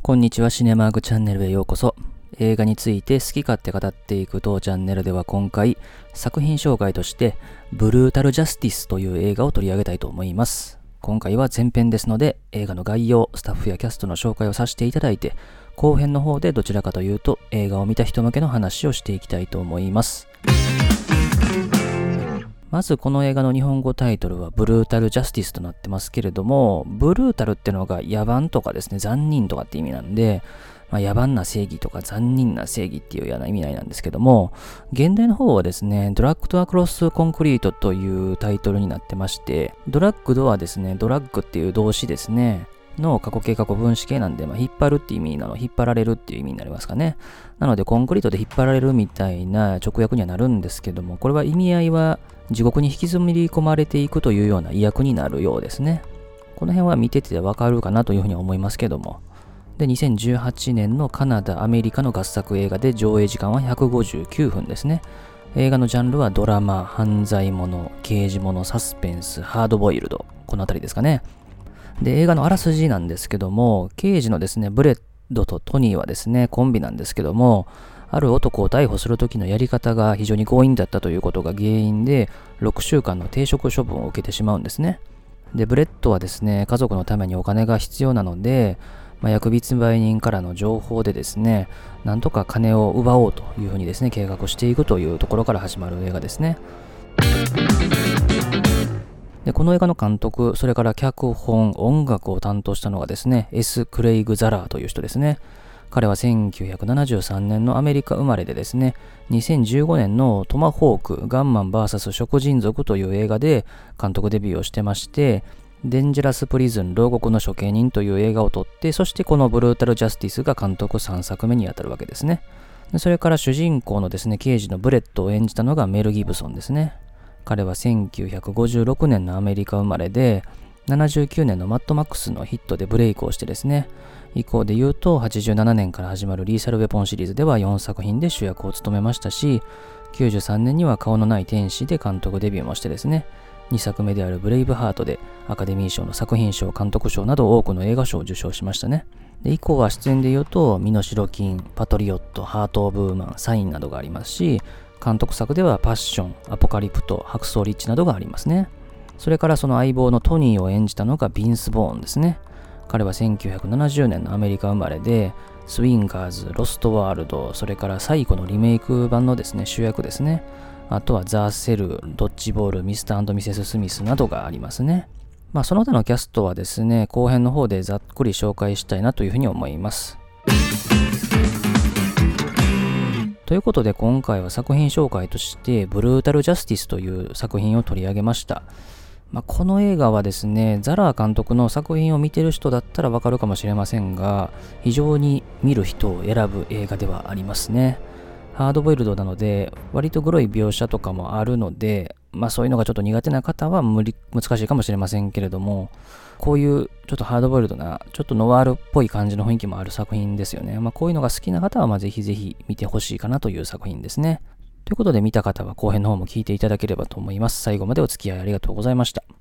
こんにちは、シネマーグチャンネルへようこそ。映画について好き勝手語っていく当チャンネルでは今回、作品紹介としてブルータルジャスティスという映画を取り上げたいと思います。今回は前編ですので、映画の概要、スタッフやキャストの紹介をさせていただいて、後編の方でどちらかというと映画を見た人向けの話をしていきたいと思います。まずこの映画の日本語タイトルはブルータルジャスティスとなってますけれども、ブルータルってのが野蛮とかですね、残忍とかって意味なんで、野蛮な正義とか残忍な正義っていうような意味合いなんですけども、現代の方はですね、ドラッグドアクロスコンクリートというタイトルになってまして、ドラッグドはですね、ドラッグっていう動詞ですね、の過去形過去分詞形なんで、引っ張るっていう意味なの、引っ張られるっていう意味になりますかね。なのでコンクリートで引っ張られるみたいな直訳にはなるんですけども、これは意味合いは地獄に引きずり込まれていくというような意訳になるようですね。この辺は見ててわかるかなというふうに思いますけども。で、2018年のカナダ、アメリカの合作映画で上映時間は159分ですね。映画のジャンルはドラマ、犯罪もの、刑事もの、サスペンス、ハードボイルド、このあたりですかね。で、映画のあらすじなんですけども、刑事のですね、ブレッドとトニーはですね、コンビなんですけども、ある男を逮捕する時のやり方が非常に強引だったということが原因で、6週間の停職処分を受けてしまうんですね。で、ブレッドはですね、家族のためにお金が必要なので、薬物売人からの情報でですね、なんとか金を奪おうというふうにですね、計画していくというところから始まる映画ですね。で、この映画の監督、それから脚本、音楽を担当したのがですね、S. クレイグ・ザラーという人ですね。彼は1973年のアメリカ生まれでですね、2015年のトマホーク、ガンマン VS 食人族という映画で監督デビューをしてまして、デンジャラス・プリズン、牢獄の処刑人という映画を撮って、そしてこのブルータル・ジャスティスが監督3作目にあたるわけですね。でそれから主人公のですね、刑事のブレッドを演じたのがメル・ギブソンですね。彼は1956年のアメリカ生まれで、79年のマッドマックスのヒットでブレイクをしてですね、以降で言うと87年から始まるリーサルウェポンシリーズでは4作品で主役を務めましたし、93年には顔のない天使で監督デビューもしてですね、2作目であるブレイブハートでアカデミー賞の作品賞、監督賞など多くの映画賞を受賞しましたね。で以降は出演で言うと、身代金、パトリオット、ハート・オブ・ウーマン、サインなどがありますし、監督作ではパッション、アポカリプト、ハクソーリッチなどがありますね。それからその相棒のトニーを演じたのがビンス・ボーンですね。彼は1970年のアメリカ生まれで、スウィンガーズ、ロストワールド、それからサイコのリメイク版のですね、主役ですね。あとはザ・セル、ドッジボール、ミスター&ミセス・スミスなどがありますね。その他のキャストはですね、後編の方でざっくり紹介したいなというふうに思います。ということで今回は作品紹介としてブルータル・ジャスティスという作品を取り上げました。この映画はですね、ザラー監督の作品を見てる人だったらわかるかもしれませんが、非常に見る人を選ぶ映画ではありますね。ハードボイルドなので、割とグロい描写とかもあるので、そういうのがちょっと苦手な方は難しいかもしれませんけれども、こういうちょっとハードボイルドな、ちょっとノワールっぽい感じの雰囲気もある作品ですよね。こういうのが好きな方はぜひぜひ見てほしいかなという作品ですね。ということで見た方は後編の方も聞いていただければと思います。最後までお付き合いありがとうございました。